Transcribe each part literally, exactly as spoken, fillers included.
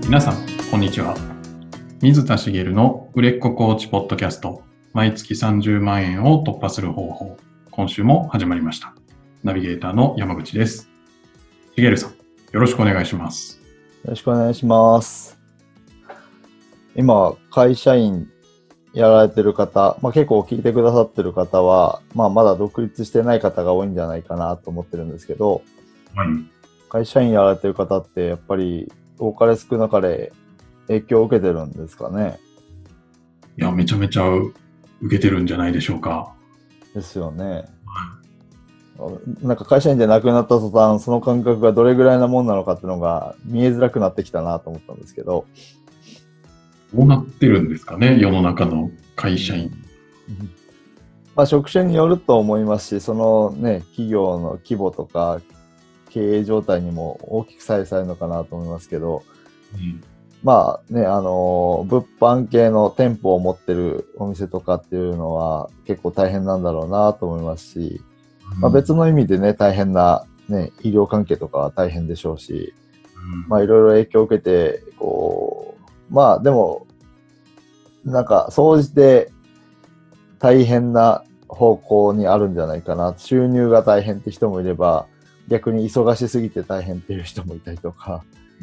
皆さん、こんにちは。水田茂の売れっ子コーチポッドキャスト、毎月さんじゅうまん円を突破する方法、今週も始まりました。ナビゲーターの山口です。茂さん、よろしくお願いします。 よろしくお願いします。今、会社員やられてる方、まあ、結構聞いてくださってる方は、まあ、まだ独立してない方が多いんじゃないかなと思ってるんですけど、 はい、 会社員やられてる方ってやっぱり多かれ少なかれ影響を受けてるんですかね。 いや、めちゃめちゃ受けてるんじゃないでしょうか。 ですよね。なんか会社員で亡くなった途端、その感覚がどれぐらいなもんなのかっていうのが見えづらくなってきたなと思ったんですけど。 どうなってるんですかね、世の中の会社員。 まあ、職種によると思いますし、そのね、企業の規模とか経営状態にも大きく左右されるのかなと思いますけど、うん、まあね、あの、物販系の店舗を持ってるお店とかっていうのは結構大変なんだろうなと思いますし、まあ、別の意味でね、大変な、ね、医療関係とかは大変でしょうし、うん、まあいろいろ影響を受けて、こう、まあでも、なんか、総じて大変な方向にあるんじゃないかな。収入が大変って人もいれば、逆に忙しすぎて大変っていう人もいたりとか、うん、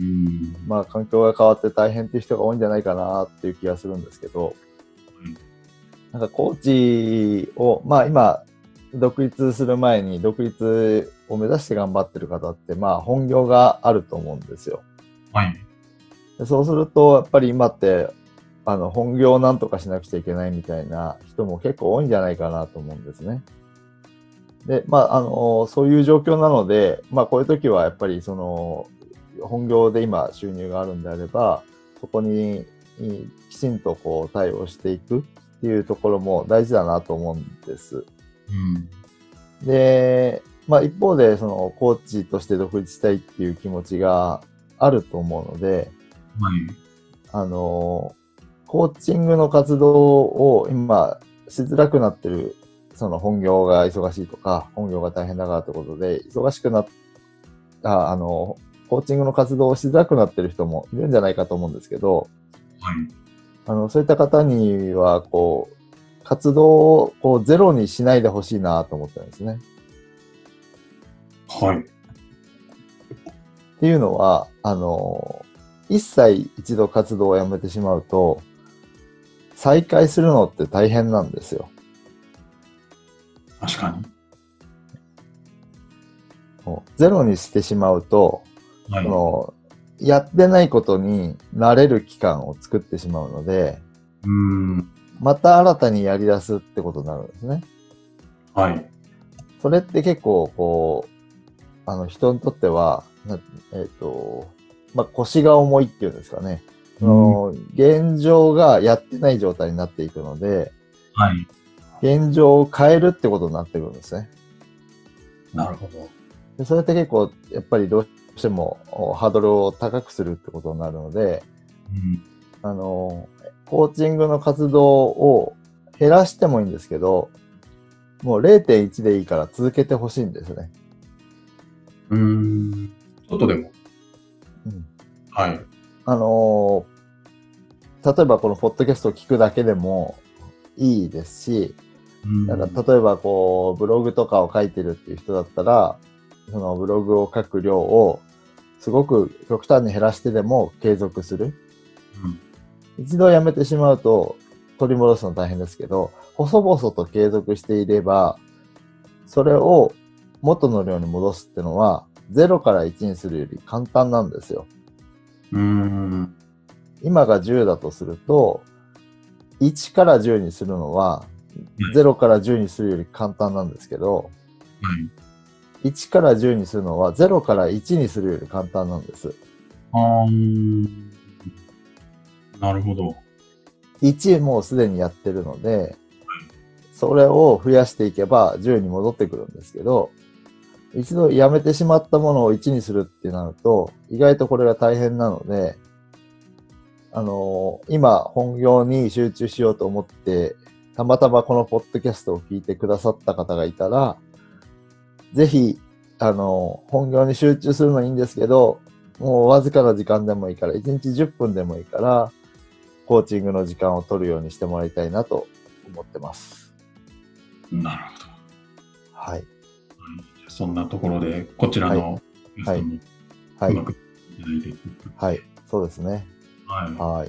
まあ環境が変わって大変っていう人が多いんじゃないかなっていう気がするんですけど、うん、なんかコーチを、まあ今、独立する前に独立を目指して頑張ってる方って、まあ本業があると思うんですよ。 はい。 でそうすると、やっぱり今って、あの、本業をなんとかしなくちゃいけないみたいな人も結構多いんじゃないかなと思うんですね。で、まあ、あの、そういう状況なので、まあこういう時はやっぱりその、本業で今収入があるんであれば、そこにきちんとこう対応していくっていうところも大事だなと思うんです。うん、で、まあ一方でそのコーチとして独立したいっていう気持ちがあると思うので、はい、あの、コーチングの活動を今しづらくなってる、その本業が忙しいとか、本業が大変だからってことで、忙しくなった、あの、コーチングの活動をしづらくなってる人もいるんじゃないかと思うんですけど、はい、あの、そういった方には、こう、活動をこうゼロにしないでほしいなと思ってるんですね。 はい。 っていうのは、あの、一切一度活動をやめてしまうと、再開するのって大変なんですよ。 確かに。 ゼロにしてしまうと、はい、そのやってないことに慣れる期間を作ってしまうので、うーんまた新たにやり出すってことになるんですね。 はい。 それって結構こう、あの人にとっては、えっと、まあ、腰が重いっていうんですかね。その現状がやってない状態になっていくので、はい、現状を変えるってことになってくるんですね。 なるほど。 でそれって結構やっぱりどうしてもハードルを高くするってことになるので、うん、あのコーチングの活動を減らしてもいいんですけど、もう れいてんいち でいいから続けてほしいんですね。 うーん、ちょっとでも。 うん、 はい。 あのー、例えばこのポッドキャストを聞くだけでもいいですし、なんか例えばこうブログとかを書いてるっていう人だったら、そのブログを書く量をすごく極端に減らしてでも継続する。うん、一度やめてしまうと取り戻すの大変ですけど、細々と継続していれば、それを元の量に戻すってのはゼロからいちにするより簡単なんですよ。 うーん今がじゅうだとすると、いちからじゅうにするのはゼロからじゅうにするより簡単なんですけど、うん、いちからじゅうにするのはゼロからいちにするより簡単なんです。 あー、なるほど。 いちもうすでにやってるので、それを増やしていけばじゅうに戻ってくるんですけど、一度やめてしまったものをいちにするってなると、意外とこれが大変なので、あのー、今本業に集中しようと思って、たまたまこのポッドキャストを聞いてくださった方がいたら、ぜひ、あのー、本業に集中するのはいいんですけど、 もうわずかな時間でもいいから、いちにちじゅっぷんでもいいから、コーチングの時間を取るようにしてもらいたいなと思ってます。 なるほど。 はい。 そんなところで、こちらのゲストにはい。 うまくいただいていく。 はい。そうですね。 はい。 はい。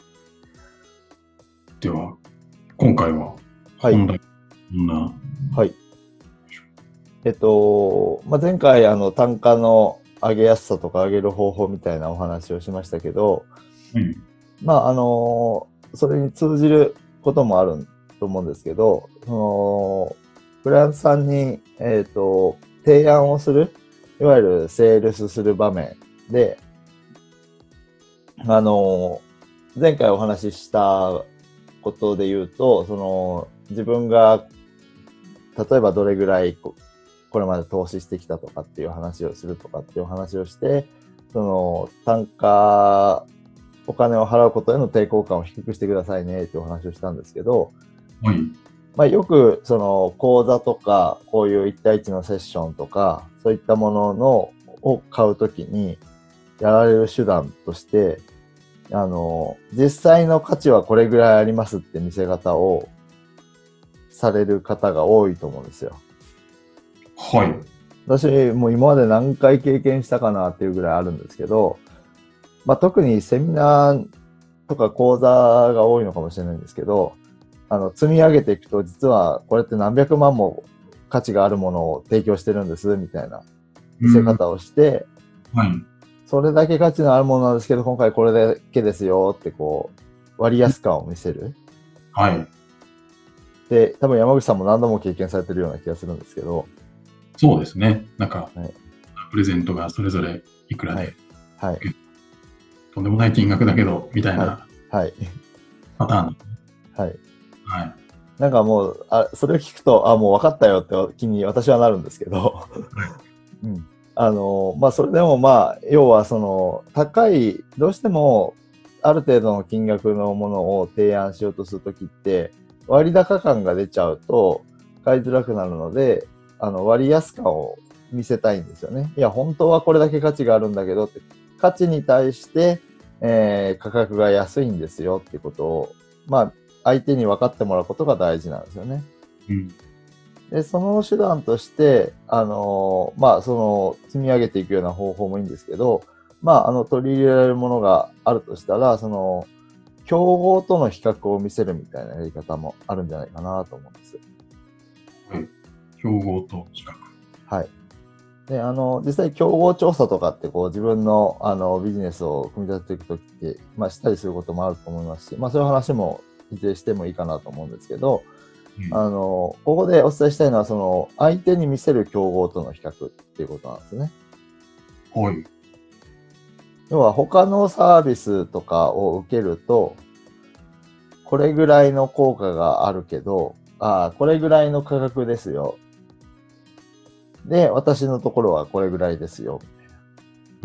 では、今回は本題、どんな、 はい。えっと、まあ、前回、あの、単価の上げやすさとか上げる方法みたいなお話をしましたけど、 うん、 まあ、あの、それに通じることもあると思うんですけど、その、クライアントさんに、えっと、提案をする、いわゆるセールスする場面で、あの、前回お話ししたことで言うと、その、自分が、例えばどれぐらいこ、これまで投資してきたとかっていう話をするとかっていう話をして、その、単価、お金を払うことへの抵抗感を低くしてくださいねっていうお話をしたんですけど、 はい。 まあ、よくその講座とかこういういち対いちのセッションとかそういったもののを買うときにやられる手段としてあの実際の価値はこれぐらいありますって見せ方をされる方が多いと思うんですよ。 はい。 私もう今まで何回経験したかなっていうぐらいあるんですけど、まあ、特にセミナーとか講座が多いのかもしれないんですけど、あの積み上げていくと実はこれって何百万も価値があるものを提供してるんですみたいな見せ方をして、 はい。 それだけ価値のあるものなんですけど今回これだけですよってこう割安感を見せる。 はい。で、 多分山口さんも何度も経験されてるような気がするんですけど。 そうですね。なんか、 はい、 プレゼントがそれぞれいくらで、 はいはい、 とんでもない金額だけどみたいなパターン、 はいはい、 はい、 なんかもうあそれを聞くとあもう分かったよって気に私はなるんですけど、うん、あのまあそれでもまあ要はその高いどうしてもある程度の金額のものを提案しようとするときって割高感が出ちゃうと買いづらくなるので、あの割安感を見せたいんですよね。いや本当はこれだけ価値があるんだけどって価値に対して、えー、価格が安いんですよってことをまあ相手に分かってもらうことが大事なんですよね。 うん、 でその手段としてあのまあその積み上げていくような方法もいいんですけど、まああの取り入れられるものがあるとしたらその競合との比較を見せるみたいなやり方もあるんじゃないかなと思うんです。 はい。競合と比較。 はい。で、あの、実際競合調査とかってこう自分のあのビジネスを組み立てていくときって、まあしたりすることもあると思いますし、まあそういう話もいずれしてもいいかなと思うんですけど、うん、あの、ここでお伝えしたいのはその相手に見せる競合との比較っていうことなんですね。 はい。 要は他のサービスとかを受けると、これぐらいの効果があるけど、ああ、これぐらいの価格ですよ。で、私のところはこれぐらいですよ。 うん。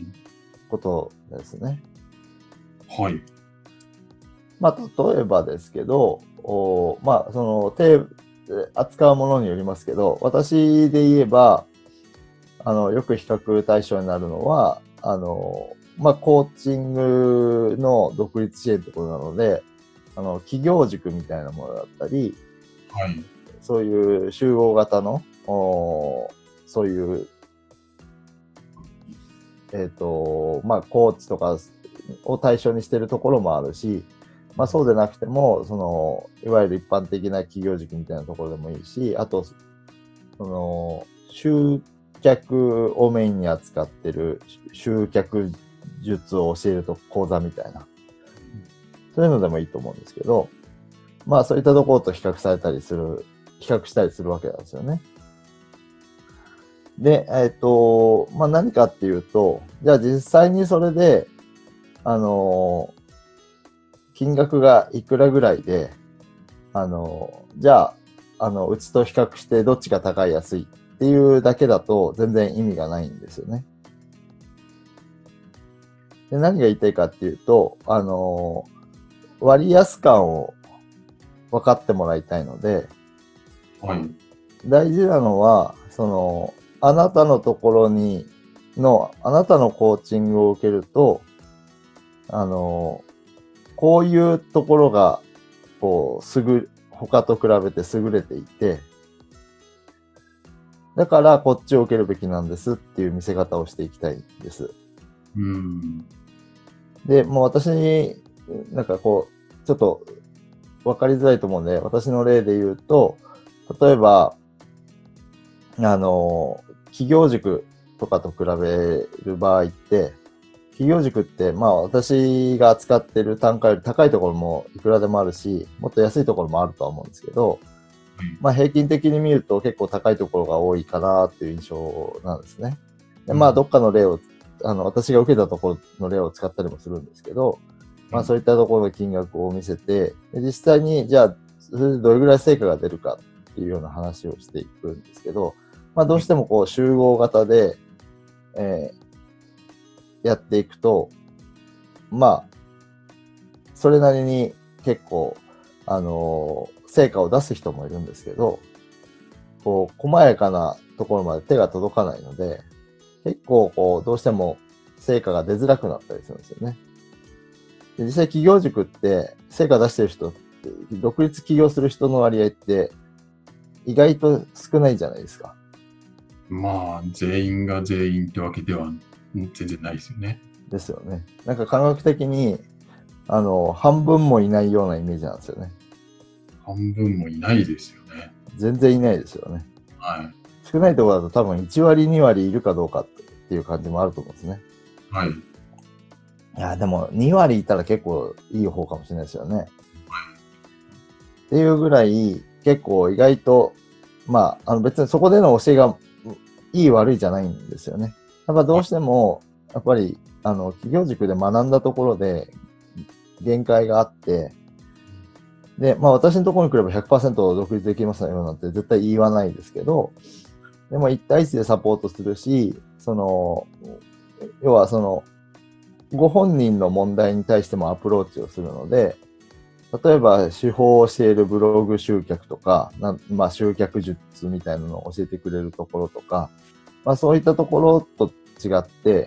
ことですね。 はい。 まあ、例えばですけど、おまあ、その、手、扱うものによりますけど、私で言えば、あの、よく比較対象になるのは、あの、まあ、コーチングの独立支援ってことなので、あの、企業塾みたいなものだったり、 はい、 そういう集合型の、おそういう、えっと、まあ、コーチとかを対象にしているところもあるし、まあ、そうでなくても、その、いわゆる一般的な企業塾みたいなところでもいいし、あと、その、集客をメインに扱ってる集客術を教えると講座みたいな、そういうのでもいいと思うんですけど、まあそういったところと比較されたりする、比較したりするわけなんですよね。で、えっと、まあ何かっていうと、じゃあ実際にそれで、あの、金額がいくらぐらいで、あの、じゃあ、あの、うちと比較してどっちが高い安いっていうだけだと全然意味がないんですよね。で、何が言いたいかっていうと、あの、割安感を分かってもらいたいので、 はい、 大事なのは、その、あなたのところにの、あなたのコーチングを受けると、あの、こういうところが、こう、すぐ、他と比べて優れていて、だからこっちを受けるべきなんですっていう見せ方をしていきたいんです。 うん。 で、もう私に、なんかこう、ちょっと分かりづらいと思うんで、私の例で言うと、例えば、あの、企業塾とかと比べる場合って、企業塾って、まあ私が扱ってる単価より高いところもいくらでもあるし、もっと安いところもあるとは思うんですけど、まあ平均的に見ると結構高いところが多いかなっていう印象なんですね。で、まあどっかの例を、あの、私が受けたところの例を使ったりもするんですけど、まあそういったところの金額を見せて、で実際にじゃあ、それでどれぐらい成果が出るかっていうような話をしていくんですけど、まあどうしてもこう集合型で、えー、やっていくと、まあ、それなりに結構、あのー、成果を出す人もいるんですけど、こう、細やかなところまで手が届かないので、結構こう、どうしても成果が出づらくなったりするんですよね。で実際企業塾って成果出してる人って、独立起業する人の割合って意外と少ないじゃないですか。 まあ、全員が全員ってわけでは全然ないですよね。 ですよね。なんか感覚的に、あの、半分もいないようなイメージなんですよね。 半分もいないですよね。 全然いないですよね。 はい。 少ないところだと多分いち割に割いるかどうかっていう感じもあると思うんですね。 はい。 いや、でもに割いたら結構いい方かもしれないですよね。っていうぐらい結構意外と、まあ、あの別にそこでの教えがいい悪いじゃないんですよね。やっぱどうしても、やっぱり、あの、企業塾で学んだところで限界があって、で、まあ私のところに来れば ひゃくパーセント 独立できますよなんて絶対言わないですけど、でも一対一でサポートするし、その、要はその、ご本人の問題に対してもアプローチをするので、例えば手法を教えるブログ集客とか、なんまあ集客術みたいなのを教えてくれるところとか、まあそういったところと違って、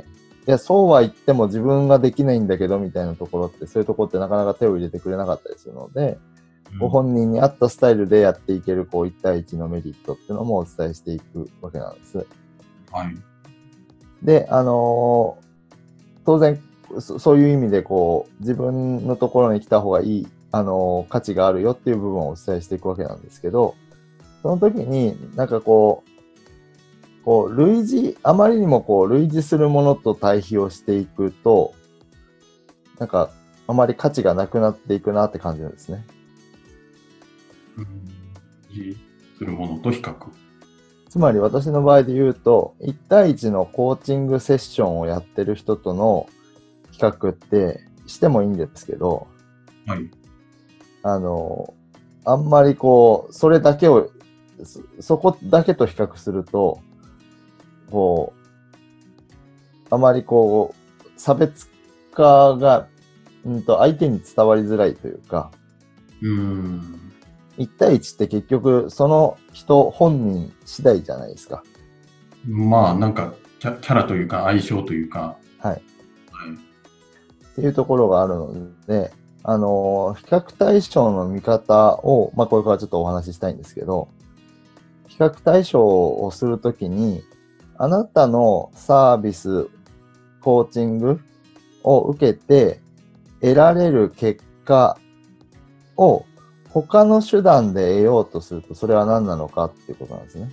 いや、そうは言っても自分ができないんだけどみたいなところって、そういうところってなかなか手を入れてくれなかったりするので、うん、ご本人に合ったスタイルでやっていける、こういち対いちのメリットっていうのもお伝えしていくわけなんです。 はい。 で、あのー、当然、そういう意味で、こう、自分のところに来た方がいい、あのー、価値があるよっていう部分をお伝えしていくわけなんですけど、その時になんかこう、こう、類似、あまりにもこう、類似するものと対比をしていくと、なんか、あまり価値がなくなっていくなって感じるんですね。 うん。類似するものと比較。 つまり私の場合で言うと、いち対いちのコーチングセッションをやってる人との比較ってしてもいいんですけど、 はい。 あの、あんまりこう、それだけを、そ、そこだけと比較すると、こう、あまりこう、差別化が、うんと、相手に伝わりづらいというか、 うーん。 いち対いちって結局、その人本人次第じゃないですか。 まあ、なんかキャ、キャラというか、相性というか。 はい。 はい。 っていうところがあるので、あの、比較対象の見方を、まあ、これからちょっとお話ししたいんですけど、比較対象をするときに、あなたのサービス、コーチングを受けて得られる結果を他の手段で得ようとすると、それは何なのかっていうことなんですね。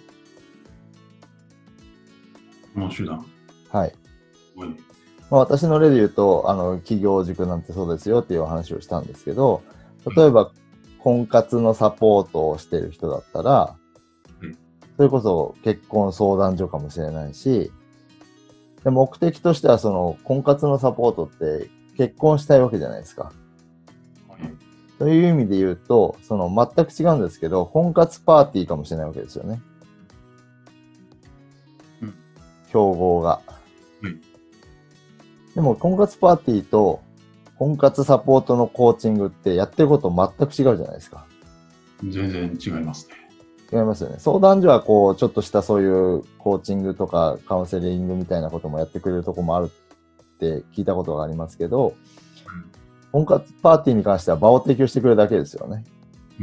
この手段。 はい。 はい。 まあ、私の例で言うと、あの、企業塾なんてそうですよっていうお話をしたんですけど、例えば、婚活のサポートをしてる人だったら、 うん、 それこそ結婚相談所かもしれないし、で目的としてはその婚活のサポートって結婚したいわけじゃないですか。 はい。 という意味で言うと、その全く違うんですけど、婚活パーティーかもしれないわけですよね。 うん。 競合が。 はい。 でも婚活パーティーと婚活サポートのコーチングってやってること全く違うじゃないですか。 全然違いますね。 違いますよね。相談所はこう、ちょっとしたそういうコーチングとかカウンセリングみたいなこともやってくれるとこもあるって聞いたことがありますけど、婚活パーティーに関しては場を提供してくれるだけですよね。 うん。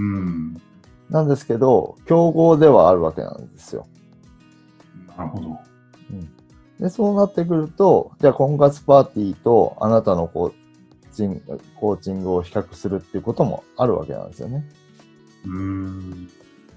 なんですけど、競合ではあるわけなんですよ。 なるほど。 うん、で、そうなってくると、じゃあ婚活パーティーとあなたのコーチング、コーチングを比較するっていうこともあるわけなんですよね。 うーん。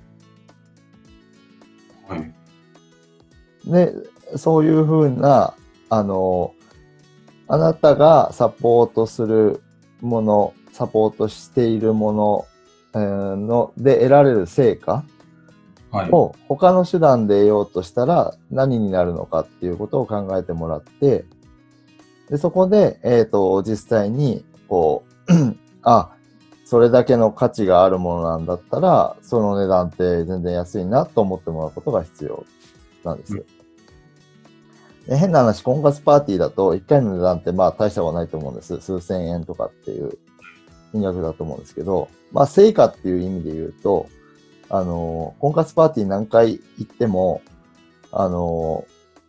はい。 で、そういうふうな、あの、あなたがサポートするもの、サポートしているもの、えーので得られる成果はい。 を他の手段で得ようとしたら何になるのかっていうことを考えてもらって、でそこで、えっと、実際に、こう、あ、それだけの価値があるものなんだったら、その値段って全然安いなと思ってもらうことが必要なんです。うんで変な話、婚活パーティーだと、いっかいの値段ってまあ大したことないと思うんです。数千円とかっていう金額だと思うんですけど、まあ成果っていう意味で言うと、あの、婚活パーティー何回行っても、あの、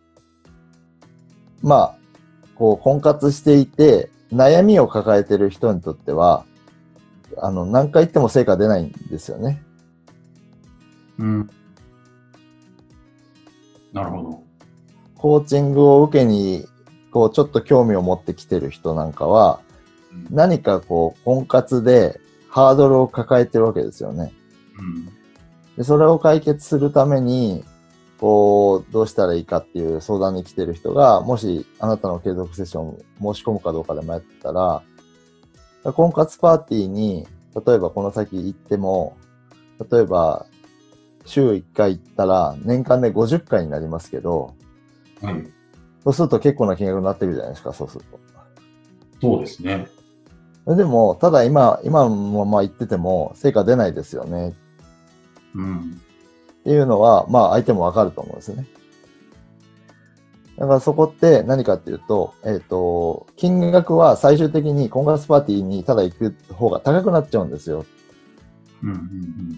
まあ、こう、婚活していて、悩みを抱えている人にとっては、あの、何回行っても成果出ないんですよね。 うん。なるほど。 コーチングを受けに、こう、ちょっと興味を持ってきてる人なんかは、 うん、 何かこう、婚活でハードルを抱えてるわけですよね。 うん、 で、それを解決するために、こう、どうしたらいいかっていう相談に来てる人が、もしあなたの継続セッション申し込むかどうかで迷ったら、婚活パーティーに、例えばこの先行っても、例えば週いっかい行ったら年間でごじゅっかいになりますけど、 はい。 そうすると結構な金額になってくるじゃないですか、そうすると。 そうですね。 でも、ただ今、今もまあ言ってても成果出ないですよねうん。 っていうのは、まあ相手もわかると思うんですよね。だからそこって何かっていうと、えっと、金額は最終的に婚活パーティーにただ行く方が高くなっちゃうんですよ。 うんうんうん、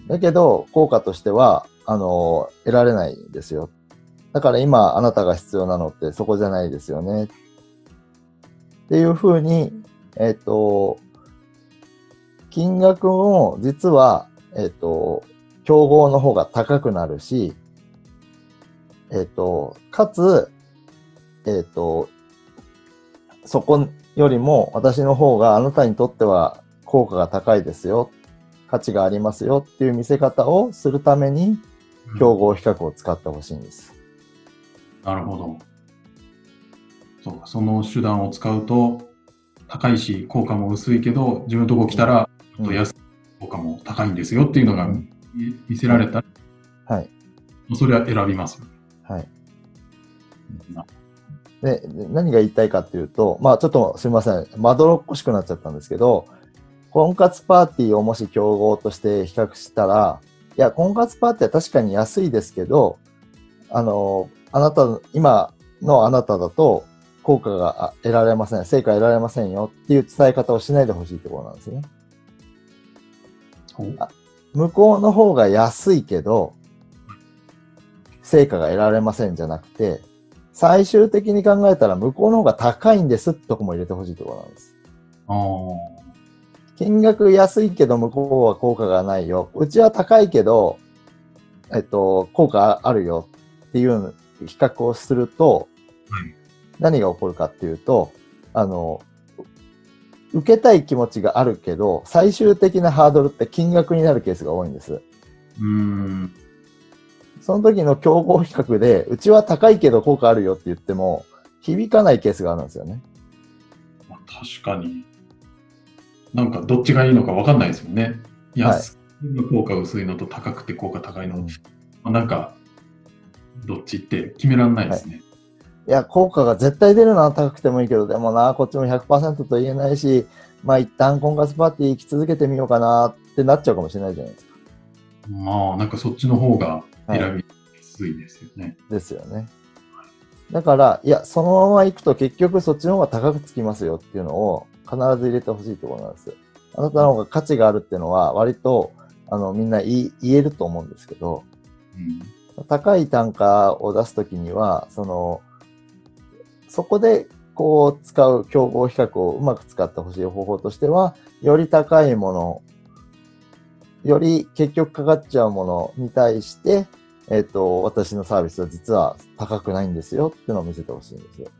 だけど、効果としては、あの、得られないんですよ。だから今、あなたが必要なのってそこじゃないですよね。っていうふうに、えっと、金額も実は、えっと、競合の方が高くなるし、えっと、かつ、えっと、そこよりも私の方があなたにとっては効果が高いですよ、価値がありますよっていう見せ方をするために、競合比較を使ってほしいんです、 うん。なるほど。そうか、その手段を使うと高いし効果も薄いけど、自分のとこ来たらちょっと安い、効果も高いんですよっていうのが見せられたら、 はい、 それは選びますよね。 はい。で、何が言いたいかっていうと、まあちょっとすみません、まどろっこしくなっちゃったんですけど、婚活パーティーをもし競合として比較したら、いや、婚活パーティーは確かに安いですけど、あの、あなた、今のあなただと効果が得られません、成果得られませんよっていう伝え方をしないでほしいところなんですね。向こうの方が安いけど、成果が得られませんじゃなくて、最終的に考えたら向こうの方が高いんですってとこも入れてほしいところなんです。 あー金額安いけど向こうは効果がないよ。うちは高いけど、えっと、効果あるよっていう比較をすると、 はい、 何が起こるかっていうと、あの、受けたい気持ちがあるけど、最終的なハードルって金額になるケースが多いんです。 うーん。 その時の競合比較で、うちは高いけど効果あるよって言っても、響かないケースがあるんですよね。 まあ、確かに。なんかどっちがいいのか分かんないですよね。安い効果薄いのと高くて効果高いの、うん、まあ、なんかどっちって決められないですね。 はい、いや、効果が絶対出るのは高くてもいいけど、でもな、こっちも ひゃくパーセント と言えないし、まあ一旦婚活パーティー行き続けてみようかなってなっちゃうかもしれないじゃないですか。 まあ、なんかそっちの方が選びやすいですよね。はい、 ですよね。だから、いや、そのまま行くと結局そっちの方が高くつきますよっていうのを必ず入れてほしいところなんです。あなたの方が価値があるっていうのは割とあのみんな言い言えると思うんですけど、 うん、 高い単価を出すときには、その、そこでこう使う競合比較をうまく使ってほしい方法としては、より高いもの、より結局かかっちゃうものに対して、えっと、私のサービスは実は高くないんですよっていうのを見せてほしいんですよ。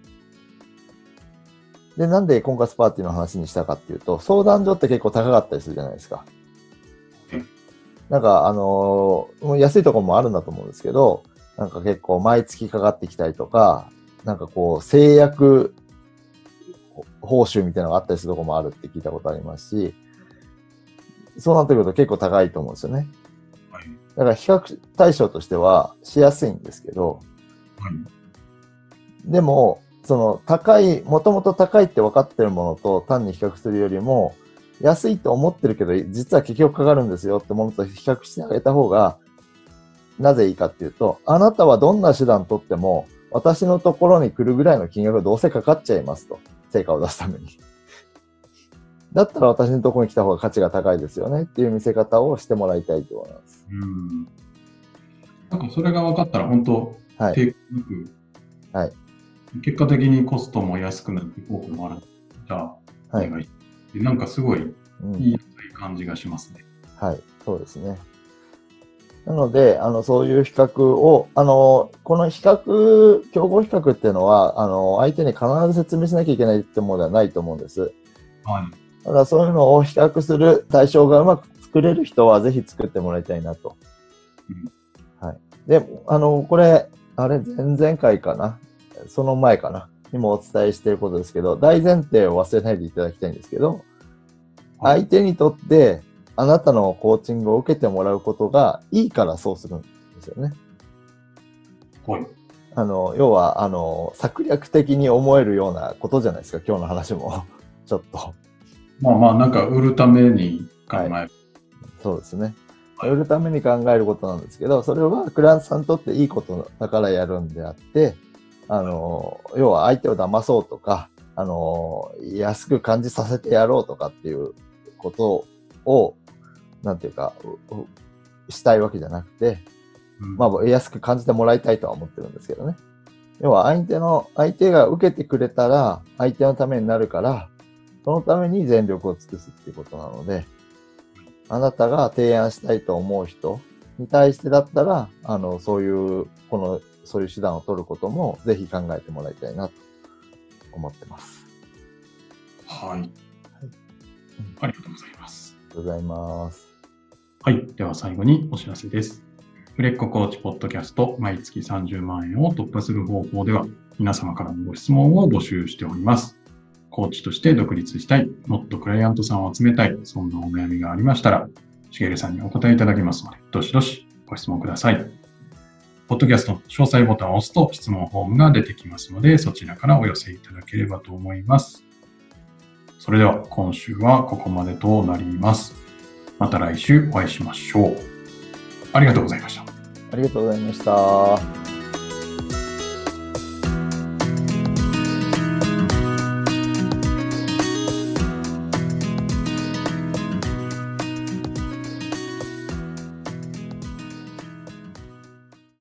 で、なんで婚活パーティーの話にしたかっていうと、相談所って結構高かったりするじゃないですか。なんか、あのー、安いところもあるんだと思うんですけど、なんか結構毎月かかってきたりとか、なんかこう、制約報酬みたいなのがあったりするところもあるって聞いたことありますし、そうなってくると結構高いと思うんですよね。 はい、 だから比較対象としてはしやすいんですけど、 はい、 でも、その高い、もともと高いって分かってるものと単に比較するよりも、安いと思ってるけど、実は結局かかるんですよってものと比較してあげた方が、なぜいいかっていうと、あなたはどんな手段取っても、私のところに来るぐらいの金額がどうせかかっちゃいますと。成果を出すために。だったら私のところに来た方が価値が高いですよねっていう見せ方をしてもらいたいと思います。 うん。なんかそれが分かったら本当、 はい。 抵抗なく、 はい。 結果的にコストも安くなって多くもある。じゃあ、お願いします。なんかすごいいい感じがしますね。 うん、はい。そうですね。なので、あの、そういう比較を、あの、この比較、競合比較っていうのは、あの、相手に必ず説明しなきゃいけないってものではないと思うんです。 はい。 ただ、そういうのを比較する対象がうまく作れる人は、ぜひ作ってもらいたいなと。うん、はい。で、あの、これ、あれ、前々回かな、その前かな、にもお伝えしていることですけど、大前提を忘れないでいただきたいんですけど、はい、相手にとって、あなたのコーチングを受けてもらうことがいいからそうするんですよね。 はい。 あの、要は、あの、策略的に思えるようなことじゃないですか、今日の話も。ちょっと。 まあまあ、なんか売るために考える。はい、 そうですね。売るために考えることなんですけど、それはクライアントさんにとっていいことだからやるんであって、あの、要は相手を騙そうとか、あの、安く感じさせてやろうとかっていうことを、なんていうか、したいわけじゃなくて、うん、まあ、安く感じてもらいたいとは思ってるんですけどね。要は相手の、相手が受けてくれたら、相手のためになるから、そのために全力を尽くすっていうことなので、あなたが提案したいと思う人に対してだったら、あの、そういう、この、そういう手段を取ることも、ぜひ考えてもらいたいなと思ってます。 はい。はい、ありがとうございます。 ありがとうございます。 はい。では最後にお知らせです。売れっ子コーチポッドキャスト毎月さんじゅうまんえんを突破する方法では皆様からのご質問を募集しております。コーチとして独立したい、もっとクライアントさんを集めたい、そんなお悩みがありましたら、しげるさんにお答えいただきますので、どしどしご質問ください。ポッドキャストの詳細ボタンを押すと質問フォームが出てきますので、そちらからお寄せいただければと思います。それでは今週はここまでとなります。また来週お会いしましょう。ありがとうございました。 ありがとうございました。